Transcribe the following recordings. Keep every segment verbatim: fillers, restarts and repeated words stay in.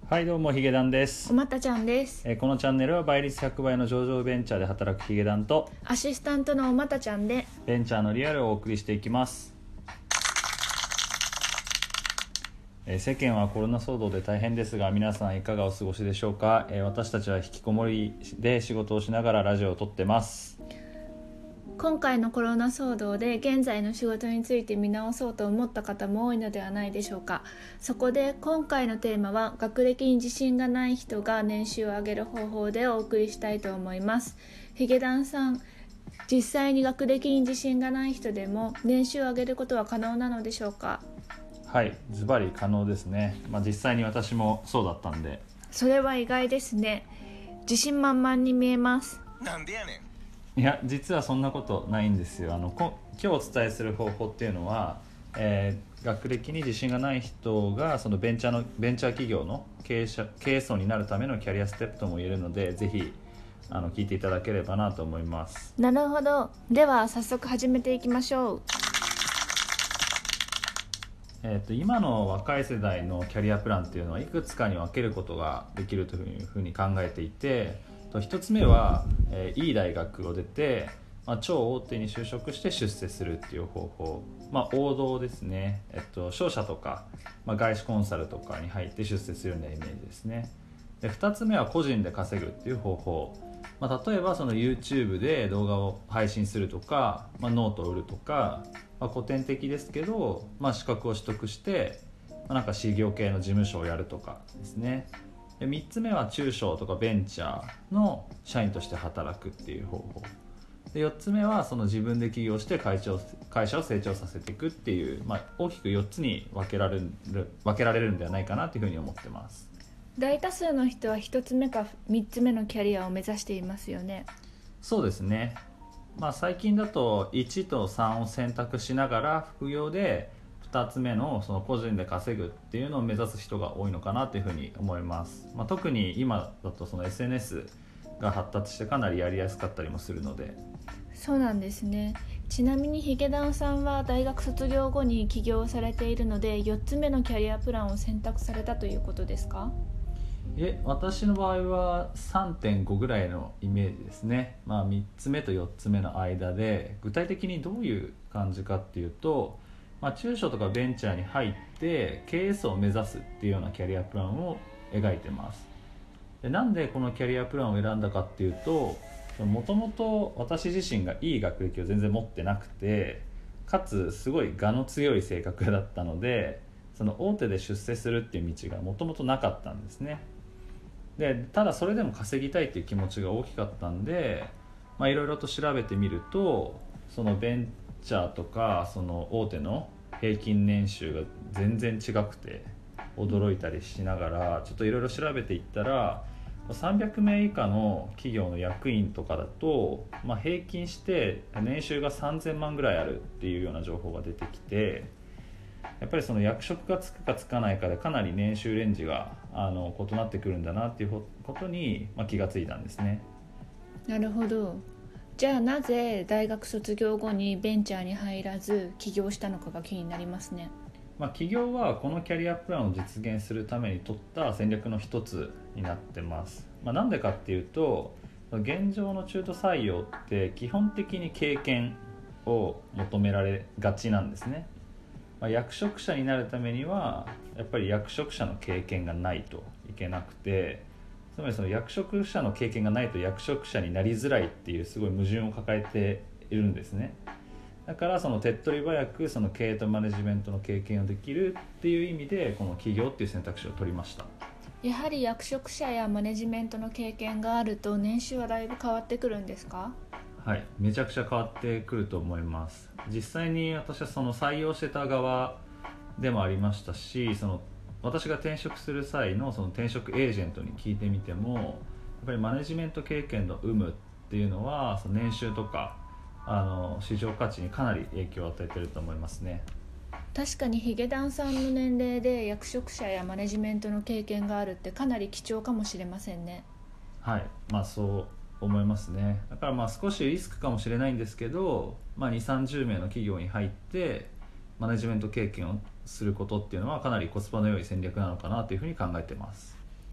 はい、どうもヒゲダンです。 おまたちゃんです。 えーこのチャンネルは倍率ひゃくばいの上場ベンチャーで働くヒゲダンとアシスタントのおまたちゃんでベンチャーのリアルをお送りしていきます。えー世間はコロナ騒動で大変ですが、皆さんいかがお過ごしでしょうか。えー私たちは引きこもりで仕事をしながらラジオを撮ってます。 今回のコロナ騒動で現在の仕事について見直そうと思った方も多いのではないでしょうか。そこで今回のテーマは学歴に自信がない人が年収を上げる方法でお送りしたいと思います。ヒゲダンさん、実際に学歴に自信がない人でも年収を上げることは可能なのでしょうか。 はい、ズバリ可能ですね。まあ、実際に私もそうだったんで。 それは意外ですね。自信満々に見えます。 なんでやねん。 いや、実はそんなことないんですよ。あのこ今日お伝えする方法っていうのは、えー学歴に自信がない人がそのベンチャーのベンチャー企業の経営者経営層になるためのキャリアステップとも言えるので、ぜひあの聞いていただければなと思います。 なるほど。では早速始めていきましょう。 えーと今の若い世代のキャリアプランっていうのはいくつかに分けることができるというふうに考えていて、と一つ目は、えーいい大学を出て、まあ、超大手に就職して出世するっていう方法、まあ、王道ですね。えっと、商社とか、まあ、外資コンサルとかに入って出世するようなイメージですね。でふたつめは個人で稼ぐっていう方法、まあ、例えばその YouTube で動画を配信するとか、まあ、ノートを売るとか、まあ、古典的ですけど、まあ、資格を取得して、まあ、なんか事業系の事務所をやるとかですね。でみっつめは中小とかベンチャーの社員として働くっていう方法で、よっつめはその自分で起業して会社を会社を成長させていくっていう、まあ、大きくよっつに分けられる分けられるんではないかなというふうに思ってます。 大多数の人はひとつめかみっつめのキャリアを目指していますよね。 そうですね、まあ、最近だといちとさんを選択しながら副業でふたつめ の, その個人で稼ぐっていうのを目指す人が多いのかなというふうに思います。まあ、特に今だとその エスエヌエス が発達してかなりやりやすかったりもするので。 そうなんですね。ちなみにヒゲダンさんは大学卒業後に起業されているのでよっつめのキャリアプランを選択されたということですか？ え私の場合は さんてんご ぐらいのイメージですね。まあ、みっつめとよっつめの間で、具体的にどういう感じかっていうと、まあ、中小とかベンチャーに入って経営層を目指すっていうようなキャリアプランを描いてます。でなんでこのキャリアプランを選んだかっていうと、もともと私自身がいい学歴を全然持ってなくて、かつすごい我の強い性格だったので、その大手で出世するっていう道がもともとなかったんですね。でただそれでも稼ぎたいっていう気持ちが大きかったんで、いろいろと調べてみると、そのベンチャーとかその大手の平均年収が全然違くて驚いたりしながら、ちょっといろいろ調べていったら、さんびゃくめい以下の企業の役員とかだと、まあ、平均して年収がさんぜんまんぐらいあるっていうような情報が出てきて、やっぱりその役職がつくかつかないかでかなり年収レンジがあの異なってくるんだなっていうことに、まあ、気がついたんですね。 なるほど。じゃあなぜ大学卒業後にベンチャーに入らず起業したのかが気になりますね。 まあ、企業はこのキャリアプランを実現するために取った戦略の一つになってます。まあ、なんでかっていうと、現状の中途採用って基本的に経験を求められがちなんですね。まあ、役職者になるためにはやっぱり役職者の経験がないといけなくて、つまりその役職者の経験がないと役職者になりづらいっていうすごい矛盾を抱えているんですね。だからその手っ取り早くその経営とマネジメントの経験をできるっていう意味で、この起業っていう選択肢を取りました。 やはり役職者やマネジメントの経験があると年収はだいぶ変わってくるんですか？ はい、めちゃくちゃ変わってくると思います。実際に私はその採用してた側でもありましたし、その私が転職する際のその転職エージェントに聞いてみても、やっぱりマネジメント経験の有無っていうのはその年収とかあの市場価値にかなり影響を与えていると思いますね。 確かにヒゲダンさんの年齢で役職者やマネジメントの経験があるってかなり貴重かもしれませんね。 はい、まあそう思いますね。だからまあ少しリスクかもしれないんですけど、まあ、にじゅう、さんじゅうめいの企業に入ってマネジメント経験をすることっていうのはかなりコスパの良い戦略なのかなというふうに考えています。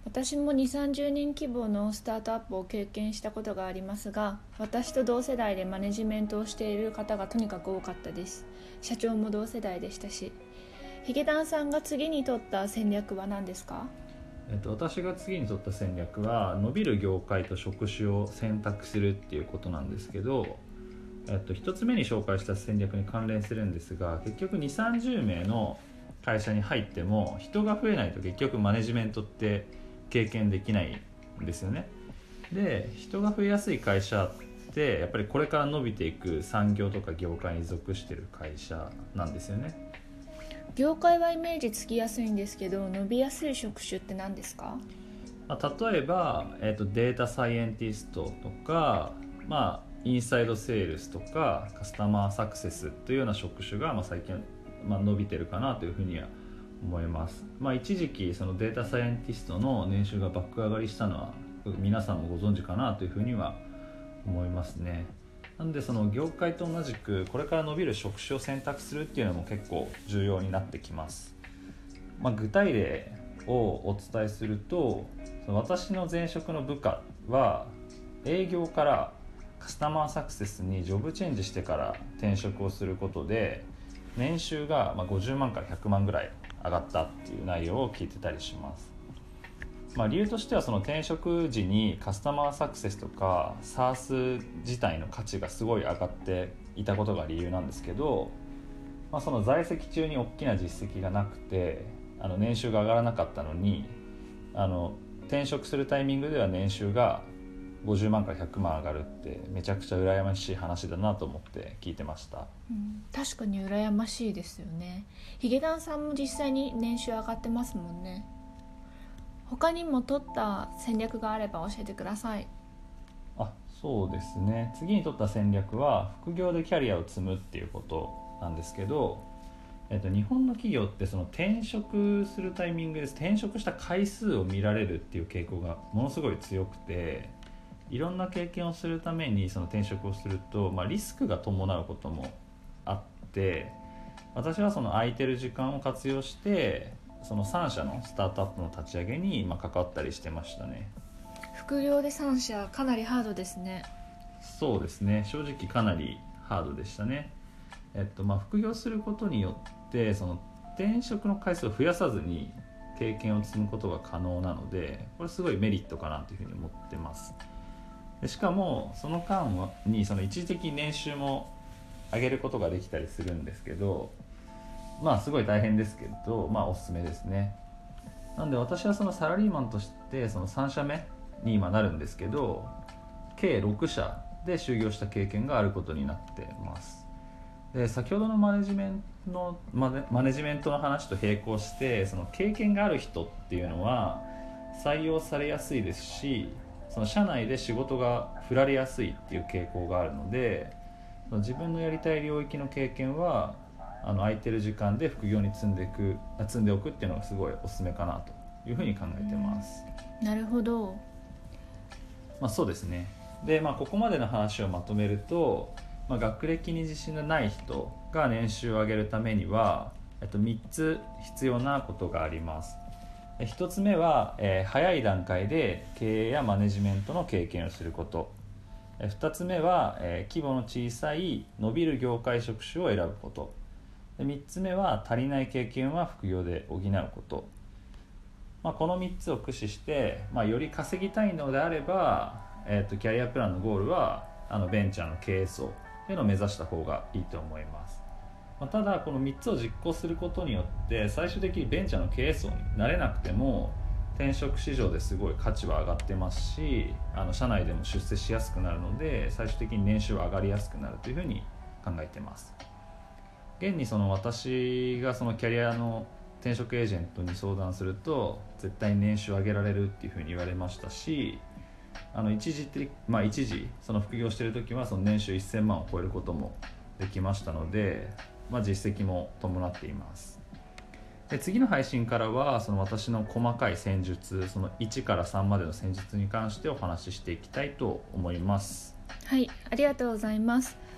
私もにじゅう、さんじゅうにん規模のスタートアップを経験したことがありますが、私と同世代でマネジメントをしている方がとにかく多かったです。社長も同世代でしたし。ヒゲダンさんが次に取った戦略は何ですか？ えっと、私が次に取った戦略は伸びる業界と職種を選択するっていうことなんですけど、えっと、ひとつめに紹介した戦略に関連するんですが、結局にじゅう、さんじゅうめいの会社に入っても人が増えないと結局マネジメントって経験できないんですよね。で、人が増えやすい会社ってやっぱりこれから伸びていく産業とか業界に属している会社なんですよね。 業界はイメージつきやすいんですけど、伸びやすい職種って何ですか？ 例えば、えーと、データサイエンティストとか、まあ、インサイドセールスとかカスタマーサクセスというような職種が、まあ、最近、まあ、伸びてるかなというふうには思います。まあ、一時期そのデータサイエンティストの年収が爆上がりしたのは皆さんもご存知かなというふうには思いますね。なのでその業界と同じくこれから伸びる職種を選択するっていうのも結構重要になってきます。まあ、具体例をお伝えすると、私の前職の部下は営業からカスタマーサクセスにジョブチェンジしてから転職をすることで年収がごじゅうまんからひゃくまんぐらい上がったっていう内容を聞いてたりします。まあ、理由としてはその転職時にカスタマーサクセスとか SaaS 自体の価値がすごい上がっていたことが理由なんですけど、まあ、その在籍中に大きな実績がなくてあの年収が上がらなかったのにあの転職するタイミングでは年収がごじゅうまんからひゃくまん上がるってめちゃくちゃ羨ましい話だなと思って聞いてました。 うん、確かに羨ましいですよね。ヒゲダンさんも実際に年収上がってますもんね。他にも取った戦略があれば教えてください。 あ、そうですね。次に取った戦略は副業でキャリアを積むっていうことなんですけど、えっと、日本の企業ってその転職するタイミングです転職した回数を見られるっていう傾向がものすごい強くて、いろんな経験をするためにその転職をすると、まあ、リスクが伴うこともあって、私はその空いてる時間を活用してそのさん社のスタートアップの立ち上げにまあ関わったりしてましたね。 副業でさん社かなりハードですね。 そうですね、正直かなりハードでしたね。えっとまあ、副業することによってその転職の回数を増やさずに経験を積むことが可能なので、これすごいメリットかなというふうに思ってます。でしかもその間にその一時的に年収も上げることができたりするんですけど、まあすごい大変ですけど、まあおすすめですね。なんで私はそのサラリーマンとしてそのさん社目に今なるんですけど、計ろく社で就業した経験があることになってます。で、先ほどのマネジメントのマネ、マネジメントの話と並行してその経験がある人っていうのは採用されやすいですし、その社内で仕事が振られやすいっていう傾向があるので、その自分のやりたい領域の経験はあの空いてる時間で副業に積んでいく積んでおくっていうのがすごいおすすめかなというふうに考えてます。 なるほど。 まあ、そうですね。で、まあ、ここまでの話をまとめると、まあ、学歴に自信がない人が年収を上げるためには、えっと、みっつ必要なことがあります。ひとつめは、えー、早い段階で経営やマネジメントの経験をすること。ふたつめは、えー、規模の小さい伸びる業界職種を選ぶこと。みっつめは足りない経験は副業で補うこと。まあ、このみっつを駆使して、まあ、より稼ぎたいのであれば、えー、とキャリアプランのゴールはあのベンチャーの経営層というのを目指した方がいいと思います。まあ、ただこのみっつを実行することによって最終的にベンチャーの経営層になれなくても転職市場ですごい価値は上がってますし、あの社内でも出世しやすくなるので最終的に年収は上がりやすくなるというふうに考えています。現にその私がそのキャリアの転職エージェントに相談すると絶対に年収上げられるっていうふうに言われましたし、あの一時的、まあ、一時その副業している時はその年収せんまんを超えることもできましたので、まあ、実績も伴っています。で、次の配信からはその私の細かい戦術、そのいちからさんまでの戦術に関してお話ししていきたいと思います。 はい、ありがとうございます。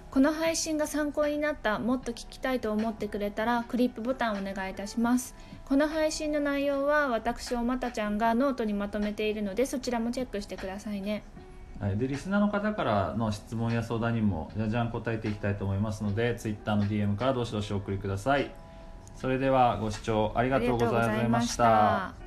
この配信が参考になった、もっと聞きたいと思ってくれたらクリップボタンをお願いいたします。この配信の内容は私おまたちゃんがノートにまとめているので、そちらもチェックしてくださいね。 はい、でリスナーの方からの質問や相談にもじゃじゃん答えていきたいと思いますので、 Twitter の ディーエム からどしどしお送りください。それではご視聴ありがとうございました。